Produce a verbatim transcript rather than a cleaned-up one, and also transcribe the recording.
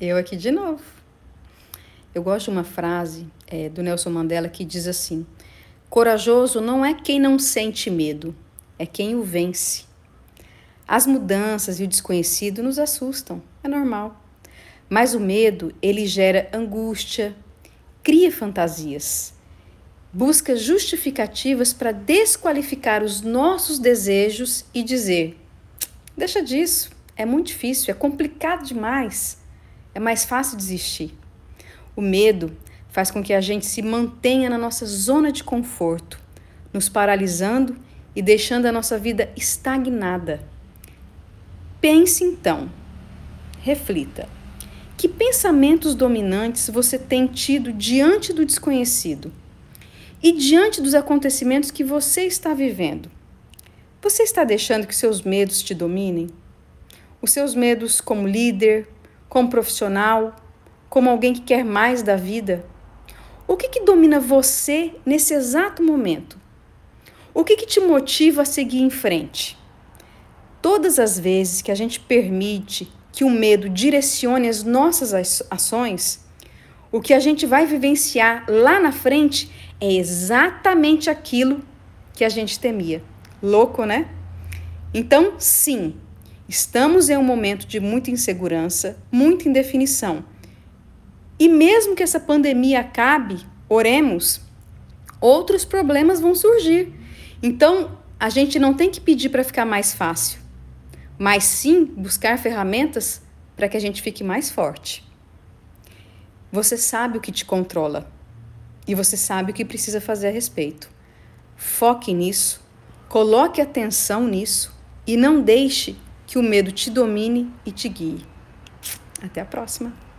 Eu aqui de novo. Eu gosto de uma frase é, do Nelson Mandela que diz assim: corajoso não é quem não sente medo, é quem o vence. As mudanças e o desconhecido nos assustam, é normal. Mas o medo, ele gera angústia, cria fantasias, busca justificativas para desqualificar os nossos desejos e dizer: deixa disso, é muito difícil, é complicado demais, é mais fácil desistir. O medo faz com que a gente se mantenha na nossa zona de conforto, nos paralisando e deixando a nossa vida estagnada. Pense então, reflita. Que pensamentos dominantes você tem tido diante do desconhecido e diante dos acontecimentos que você está vivendo? Você está deixando que seus medos te dominem? Os seus medos como líder, como profissional, como alguém que quer mais da vida? O que, que domina você nesse exato momento? O que, que te motiva a seguir em frente? Todas as vezes que a gente permite que o medo direcione as nossas ações, o que a gente vai vivenciar lá na frente é exatamente aquilo que a gente temia. Louco, né? Então, sim, estamos em um momento de muita insegurança, muita indefinição. E mesmo que essa pandemia acabe, oremos, outros problemas vão surgir. Então, a gente não tem que pedir para ficar mais fácil, mas sim buscar ferramentas para que a gente fique mais forte. Você sabe o que te controla e você sabe o que precisa fazer a respeito. Foque nisso, coloque atenção nisso e não deixe que o medo te domine e te guie. Até a próxima!